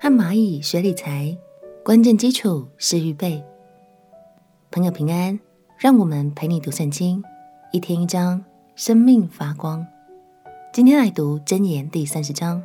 和蚂蚁学理财，关键基础是预备。朋友平安，让我们陪你读圣经，一天一章，生命发光。今天来读箴言第30章。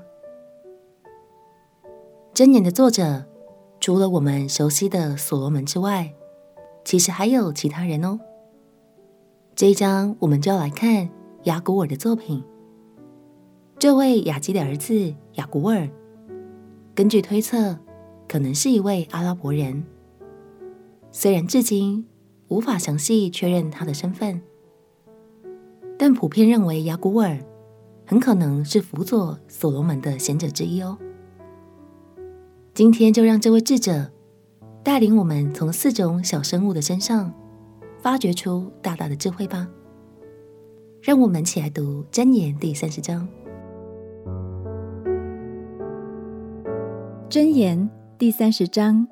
箴言的作者除了我们熟悉的所罗门之外，其实还有其他人哦。这一章我们就要来看雅古尔的作品。这位雅基的儿子雅古尔，根据推测可能是一位阿拉伯人，虽然至今无法详细确认他的身份，但普遍认为雅古尔很可能是辅佐所罗门的贤者之一哦。今天就让这位智者带领我们从4种小生物的身上发掘出大大的智慧吧。让我们一起来读箴言第30章。 箴言第30章。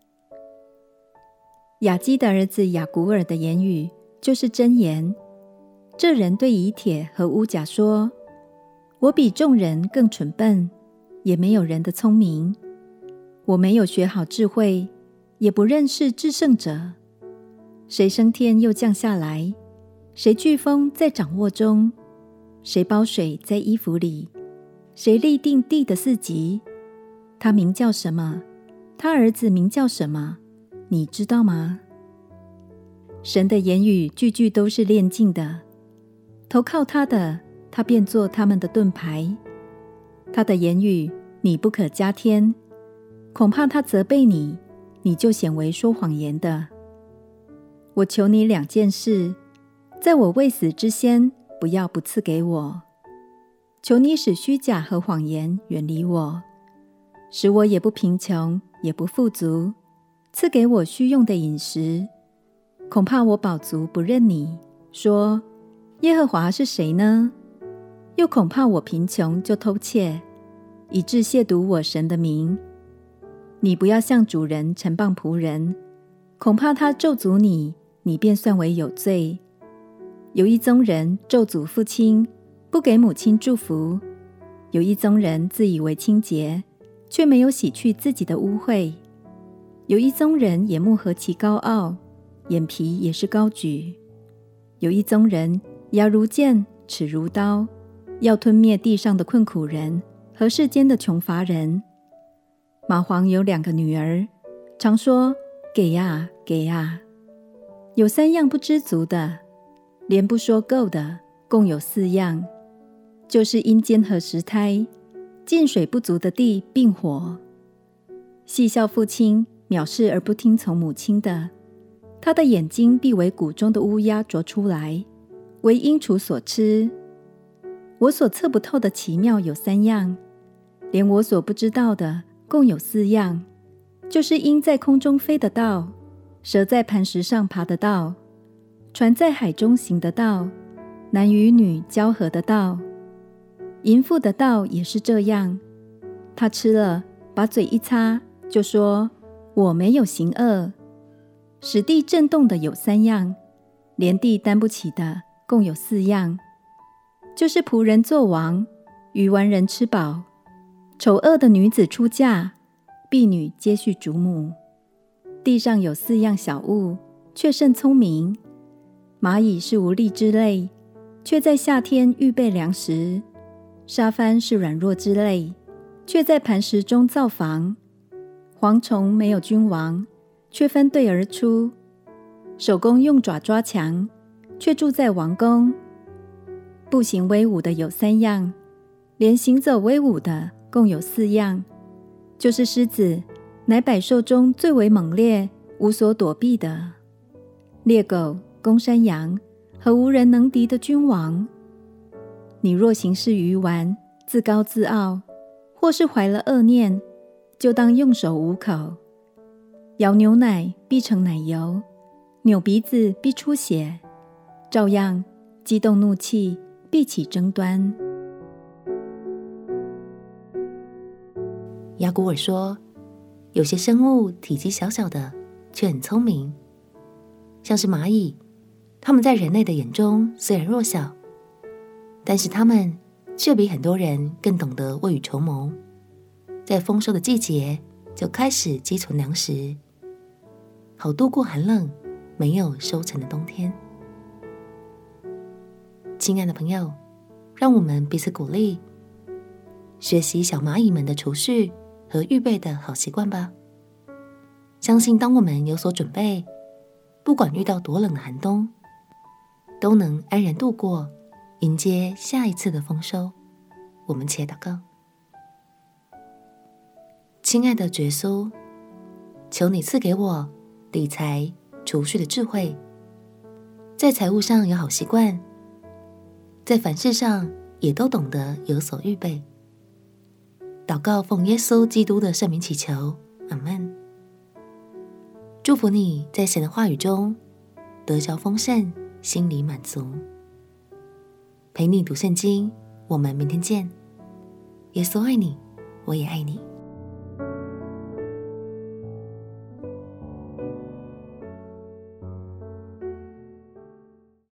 雅基的儿子雅古尔的言语就是箴言。这人对以铁和乌甲说：我比众人更蠢笨，也没有人的聪明。我没有学好智慧，也不认识至圣者。谁升天又降下来？谁飓风在掌握中？谁包水在衣服里？谁立定地的四极？他名叫什么？他儿子名叫什么？你知道吗？神的言语句句都是炼净的，投靠他的，他便做他们的盾牌。他的言语你不可加添，恐怕他责备你，你就显为说谎言的。我求你2件事，在我未死之先，不要不赐给我。求你使虚假和谎言远离我，使我也不贫穷，也不富足，赐给我需用的饮食。恐怕我饱足不认你，说耶和华是谁呢？又恐怕我贫穷就偷窃，以致亵渎我神的名。你不要向主人惩谤仆人，恐怕他咒诅你，你便算为有罪。有一宗人咒诅父亲，不给母亲祝福；有一宗人自以为清洁，却没有洗去自己的污秽；有一宗人眼目何其高傲，眼皮也是高举；有一宗人牙如剑，齿如刀，要吞灭地上的困苦人和世间的穷乏人。蚂蟥有2个女儿，常说给呀给呀。有3样不知足的，连不说够的，共有4样，就是阴间和石胎，进水不足的地并火。戏笑父亲，藐视而不听从母亲的，他的眼睛必为谷中的乌鸦啄出来，为鹰雏所吃。我所测不透的奇妙有3样，连我所不知道的共有4样，就是鹰在空中飞的道，蛇在磐石上爬的道，船在海中行的道，男与女交合的道。淫妇的道也是这样，她吃了，把嘴一擦，就说我没有行恶。使地震动的有3样，连地担不起的共有4样，就是仆人做王，愚顽人吃饱，丑恶的女子出嫁，婢女接续主母。地上有4样小物，却甚聪明。蚂蚁是无力之类，却在夏天预备粮食；沙帆是软弱之类，却在磐石中造房。蝗虫没有君王，却分队而出；守宫用爪抓墙，却住在王宫。步行威武的有3样，连行走威武的共有4样，就是狮子，乃百兽中最为猛烈，无所躲避的；猎狗、公山羊和无人能敌的君王。你若行事愚顽，自高自傲，或是怀了恶念，就当用手捂口。摇牛奶必成奶油，扭鼻子必出血，照样激动怒气必起争端。 雅古尔说，有些生物体积小小的，却很聪明，像是蚂蚁，它们在人类的眼中虽然弱小，但是它们却比很多人更懂得未雨绸缪。 在丰收的季节就开始积存粮食，好度过寒冷没有收成的冬天。亲爱的朋友，让我们彼此鼓励，学习小蚂蚁们的储蓄和预备的好习惯吧。相信当我们有所准备，不管遇到多冷的寒冬，都能安然度过，迎接下一次的丰收。我们且祷告。亲爱的主耶稣，求你赐给我理财储蓄的智慧，在财务上有好习惯，在凡事上也都懂得有所预备。祷告奉耶稣基督的圣名祈求，阿们。祝福你在神的话语中得着丰盛，心里满足。陪你读圣经，我们明天见。耶稣爱你，我也爱你。